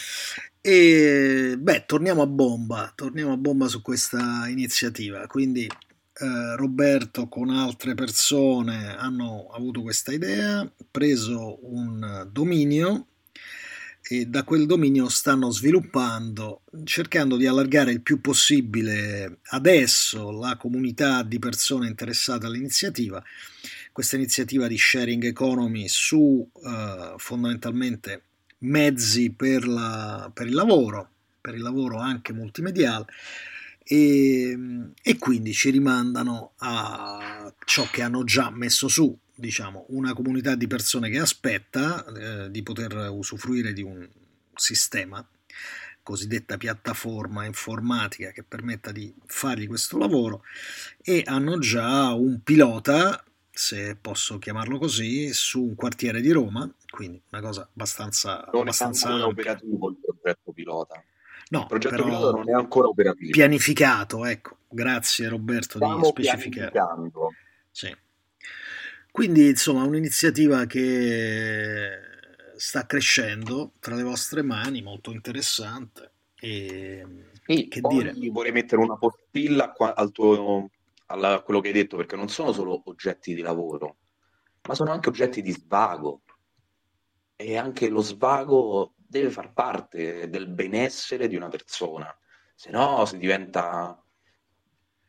E beh, torniamo a bomba, torniamo a bomba su questa iniziativa. Quindi eh, Roberto con altre persone hanno avuto questa idea, preso un dominio e da quel dominio stanno sviluppando, cercando di allargare il più possibile adesso la comunità di persone interessate all'iniziativa, questa iniziativa di sharing economy su uh, fondamentalmente mezzi per, la, per il lavoro, per il lavoro anche multimediale, e, e quindi ci rimandano a ciò che hanno già messo su, diciamo, una comunità di persone che aspetta eh, di poter usufruire di un sistema, cosiddetta piattaforma informatica che permetta di fargli questo lavoro, e hanno già un pilota, se posso chiamarlo così, su un quartiere di Roma, quindi una cosa abbastanza Non abbastanza è ancora ampia. operativo il progetto pilota. No, il progetto però pilota non è ancora operativo. Pianificato, ecco. Grazie Roberto Stiamo di specificare. pianificando. Sì. Quindi, insomma, un'iniziativa che sta crescendo tra le vostre mani, molto interessante. E E che poi dire? vorrei mettere una postilla qua al tuo, alla- a quello che hai detto, perché non sono solo oggetti di lavoro, ma sono anche oggetti di svago. E anche lo svago deve far parte del benessere di una persona, se no si diventa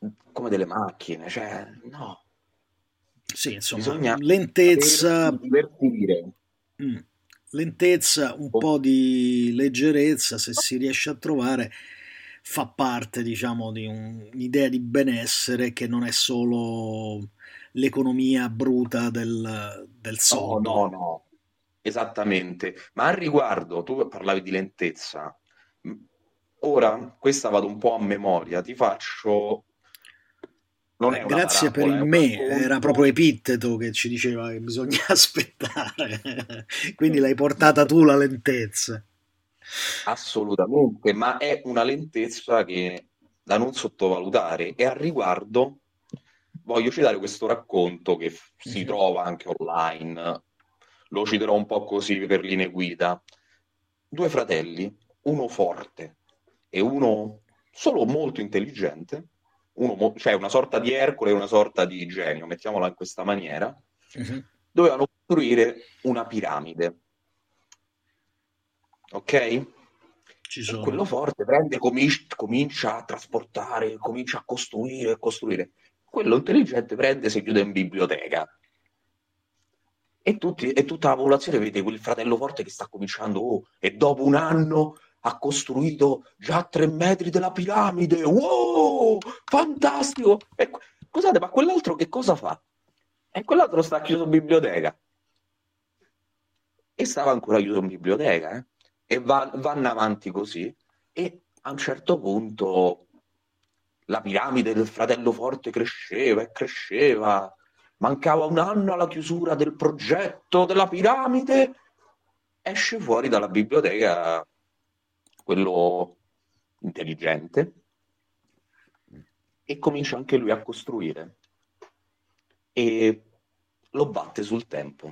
come delle macchine, cioè no, Sì, insomma, bisogna sapersi lentezza, divertire. mm, lentezza, un po' di leggerezza, se si riesce a trovare, fa parte, diciamo, di un- un'idea di benessere che non è solo l'economia bruta del, del No, soldo. no, no, esattamente. Ma al riguardo, tu parlavi di lentezza. M- Ora, questa vado un po' a memoria, ti faccio, non Beh, è una grazie per parabola, è il un me, era proprio racconto. Epitteto che ci diceva che bisogna aspettare, quindi l'hai portata tu la lentezza. Assolutamente, ma è una lentezza che da non sottovalutare. E al riguardo voglio citare questo racconto che f- si Mhm. trova anche online, lo citerò un po' così per linee guida. Due fratelli, uno forte e uno solo molto intelligente, uno mo- cioè una sorta di Ercole e una sorta di genio, mettiamola in questa maniera, Mhm. dovevano costruire una piramide, ok? Ci E sono. quello forte prende, comin- comincia a trasportare, comincia a costruire, a costruire. Quello intelligente prende, si chiude in biblioteca. E, tutti- e tutta la popolazione vede quel fratello forte che sta cominciando, oh, e dopo un anno ha costruito già tre metri della piramide. Wow, fantastico! E, qu- scusate, ma quell'altro che cosa fa? E quell'altro sta chiuso in biblioteca. E stava ancora chiuso in biblioteca, eh? E va- vanno avanti così. E a un certo punto la piramide del fratello forte cresceva e cresceva. Mancava un anno alla chiusura del progetto della piramide. Esce fuori dalla biblioteca quello intelligente e comincia anche lui a costruire. E lo batte sul tempo.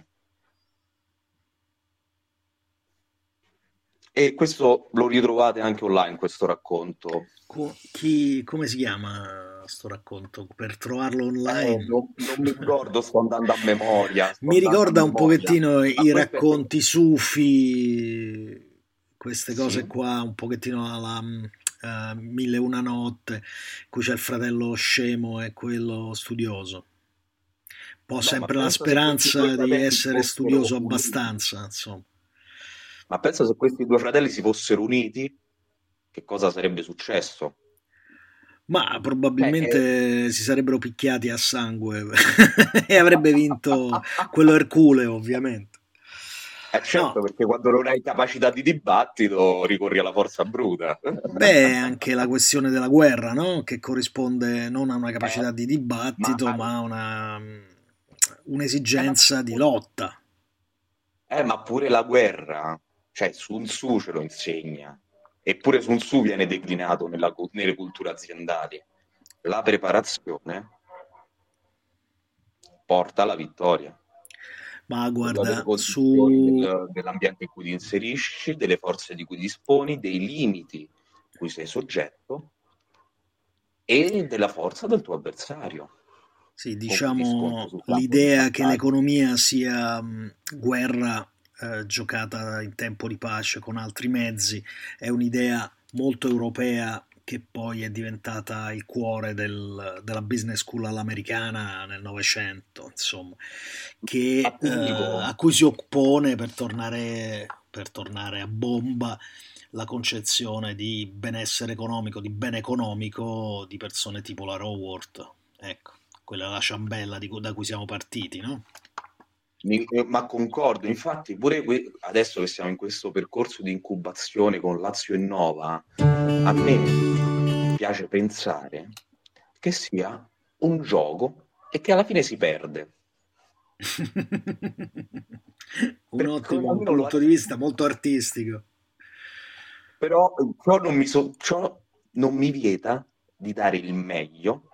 E questo lo ritrovate anche online, questo racconto. Co- chi, come si chiama sto racconto? Per trovarlo Eh, online. non, non mi ricordo, sto andando a memoria, sto Mi andando a ricorda un memoria. pochettino Ma i questo è... racconti sufi, queste cose Sì? qua, un pochettino alla mm, eh, Mille e una notte, in cui c'è il fratello scemo e quello studioso. Un po' No, ma sempre la pensa se questi due speranza di fratelli si essere studioso fossero uniti. abbastanza, insomma. Ma pensa se questi due fratelli si fossero uniti, che cosa sarebbe successo? Ma Cioè, è... probabilmente si sarebbero picchiati a sangue e avrebbe vinto quello Ercule, ovviamente. Eh No, certo, perché quando non hai capacità di dibattito ricorri alla forza bruta. beh, anche la questione della guerra, no? Che corrisponde non a una Eh, capacità di ma, dibattito, ma a una, eh, ma- un'esigenza di lotta. eh, ma pure la guerra, cioè Sun Tzu ce lo insegna, eppure Sun Tzu viene declinato nella cu- nelle culture aziendali. La preparazione porta alla vittoria. Ma Quello delle guarda, condizioni su del- dell'ambiente in cui ti inserisci, delle forze di cui disponi, dei limiti cui sei soggetto e della forza del tuo avversario sì, con cui ti scontri diciamo sul campo di l'idea che battaglia. l'economia sia mh, guerra eh, giocata in tempo di pace con altri mezzi è un'idea molto europea che poi è diventata il cuore del- della business school all'americana nel Novecento, insomma, Ma che, ti eh, dico, a cui si oppone per tornare, per tornare a bomba la concezione di benessere economico, di bene economico di persone tipo la Raworth. Ecco, quella è la ciambella di cu- da cui siamo partiti, no? mi- eh, ma concordo, infatti pure que- adesso che siamo in questo percorso di incubazione con Lazio e Nova, a me piace pensare che sia un gioco e che alla fine si perde. Un Perché ottimo almeno lo punto di vista, molto artistico. Però eh, ciò non mi, so- ciò non mi vieta di dare il meglio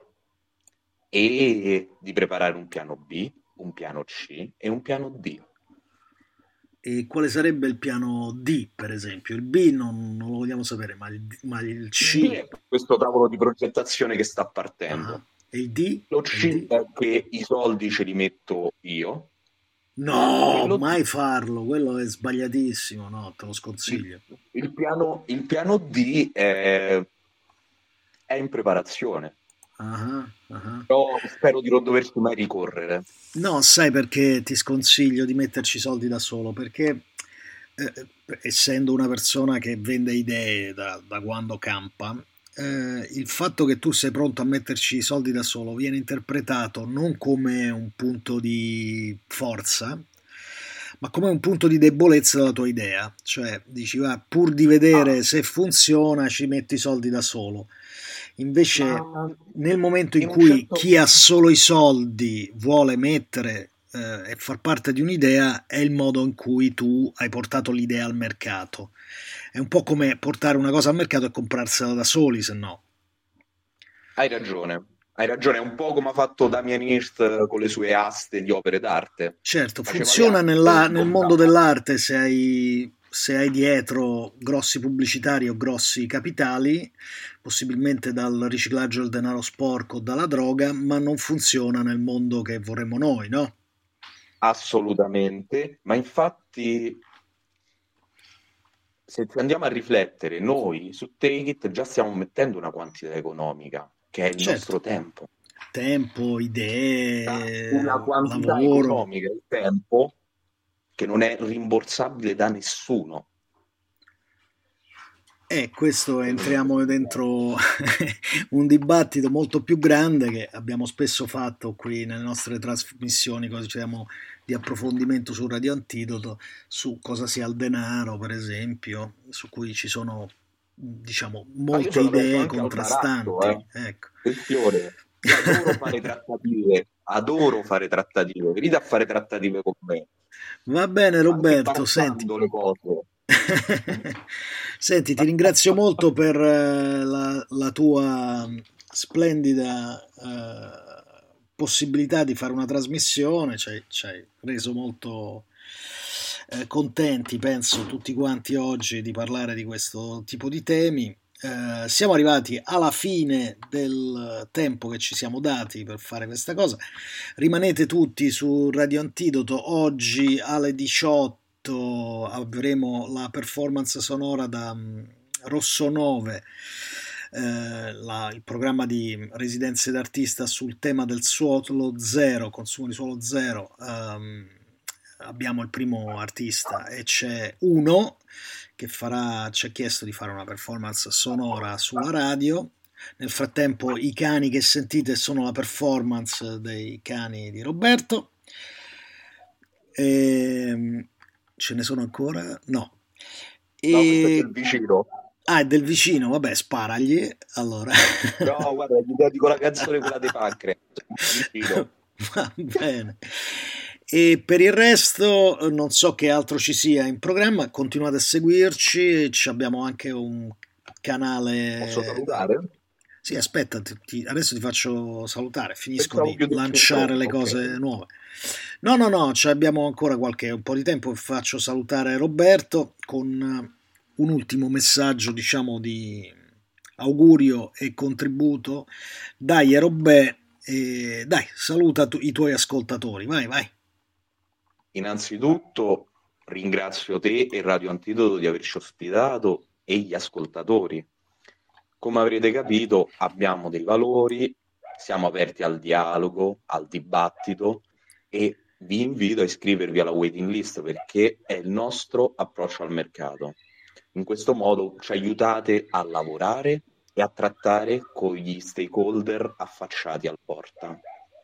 e di preparare un piano B, un piano C e un piano D. E quale sarebbe il piano D, per esempio? Il B non, non lo vogliamo sapere, ma il, ma il Il D C. è questo tavolo di progettazione che sta Ah, partendo. e il D? Lo E il C D? è che i soldi ce li metto io e No, lo D, mai farlo, quello è sbagliatissimo, no, te lo il, sconsiglio. il piano, il piano D è, è in preparazione. Ah, ah. Però spero di non doverci mai ricorrere. No, sai perché ti sconsiglio di metterci i soldi da solo? Perché eh, essendo una persona che vende idee da, da quando campa, eh, il fatto che tu sei pronto a metterci i soldi da solo viene interpretato non come un punto di forza, ma come un punto di debolezza della tua idea. Cioè, dici, va, pur di vedere Ah, se funziona, ci metto i soldi da solo. Invece, ma nel momento in in un cui certo... chi ha solo i soldi vuole mettere eh, e far parte di un'idea, è il modo in cui tu hai portato l'idea al mercato. È un po' come portare una cosa al mercato e comprarsela da soli, se no. Hai ragione, hai ragione, è un po' come ha fatto Damien Hirst con le sue aste di opere d'arte. Certo, Faceva le funziona aste nella- di nel mondo contatti. dell'arte se hai, se hai dietro grossi pubblicitari o grossi capitali, possibilmente dal riciclaggio del denaro sporco o dalla droga, ma non funziona nel mondo che vorremmo noi, no? Assolutamente, ma infatti se ci andiamo a riflettere, noi su Take It già stiamo mettendo una quantità economica, che è il Certo, nostro tempo. tempo, Da una idee, quantità lavoro. economica di tempo che non è rimborsabile da nessuno. E questo Secondo me entriamo questo è dentro un dibattito molto più grande che abbiamo spesso fatto qui nelle nostre trasmissioni, cosa diciamo, di approfondimento su Radio Antidoto, su cosa sia il denaro, per esempio, su cui ci sono, diciamo, Ma io molte sono aperto idee anche al baratto, contrastanti. eh. Ecco. Attenzione, io adoro fare trattative, adoro fare trattative, venite a fare trattative con me, Va bene anche Roberto, senti. barattando le cose. Senti, ti ringrazio molto per eh, la, la tua splendida eh, possibilità di fare una trasmissione, ci hai, ci hai reso molto eh, contenti, penso, tutti quanti oggi di parlare di questo tipo di temi. Eh, siamo arrivati alla fine del tempo che ci siamo dati per fare questa cosa. Rimanete tutti su Radio Antidoto. Oggi alle diciotto avremo la performance sonora da um, Rosso nove, eh, la, il programma di residenze d'artista sul tema del suolo zero, consumo di suolo zero. Um, abbiamo il primo artista e c'è uno che farà, ci ha chiesto di fare una performance sonora sulla radio. Nel frattempo i cani che sentite sono la performance dei cani di Roberto. E... ce ne sono ancora? No. No, questo è del E... vicino. ah, è del vicino, vabbè, sparagli. Allora. No, guarda, gli dedico la canzone quella dei Pancre, del vicino. Va bene. E per il resto non so che altro ci sia in programma, continuate a seguirci, ci abbiamo anche un Posso canale. salutare? Sì, aspetta, ti- ti- adesso ti faccio salutare, finisco Pensavo di chiudessi il lanciare le blocco, cose ok. nuove. No, no, no, ci abbiamo ancora qualche un po' di tempo, faccio salutare Roberto con un ultimo messaggio, diciamo, di augurio e contributo. Dai, Robè, e dai, saluta tu- i tuoi ascoltatori, vai, vai. Innanzitutto ringrazio te e Radio Antidoto di averci ospitato e gli ascoltatori. Come avrete capito, abbiamo dei valori, siamo aperti al dialogo, al dibattito e vi invito a iscrivervi alla waiting list perché è il nostro approccio al mercato. In questo modo ci aiutate a lavorare e a trattare con gli stakeholder affacciati al porta.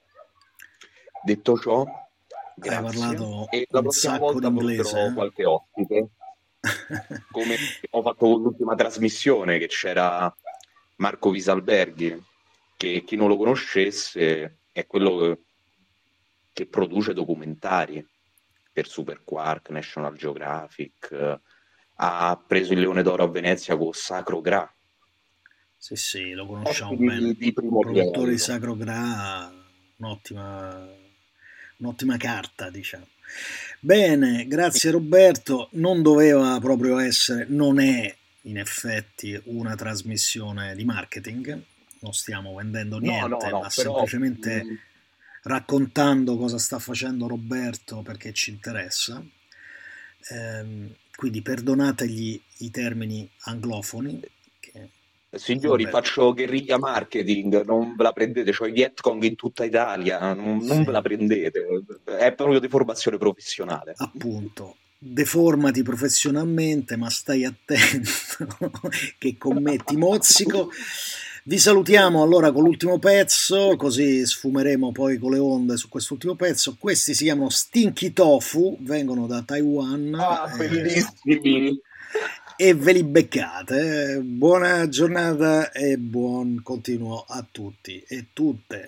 Detto ciò, Hai grazie parlato e la un prossima sacco di volta porterò inglese, qualche ospite, eh? come ho fatto con l'ultima trasmissione che c'era Marco Visalberghi, che chi non lo conoscesse è quello che, che produce documentari per Super Quark, National Geographic, eh, ha preso il Leone d'Oro a Venezia con Sacro Gra. Sì, sì, lo conosciamo bene. Ospiti di primo Produttore di livello. Sacro Gra, un'ottima, un'ottima carta, diciamo. Bene, grazie Roberto. Non doveva proprio essere, non è in effetti una trasmissione di marketing, non stiamo vendendo No, no, niente, ma no, però semplicemente mh, raccontando cosa sta facendo Roberto perché ci interessa. Ehm, quindi perdonategli i termini anglofoni, che Signori, Vabbè, faccio guerriglia marketing, non ve la prendete, c'ho i Vietcong in tutta Italia, non, non ve sì, la prendete, è proprio di formazione professionale. appunto. Deformati professionalmente, ma stai attento che commetti mozzico. Vi salutiamo allora con l'ultimo pezzo, così sfumeremo poi con le onde su quest'ultimo pezzo. Questi si chiamano Stinky Tofu, vengono da Taiwan Ah, eh, bellissimi! e ve li beccate. Buona giornata e buon continuo a tutti e tutte.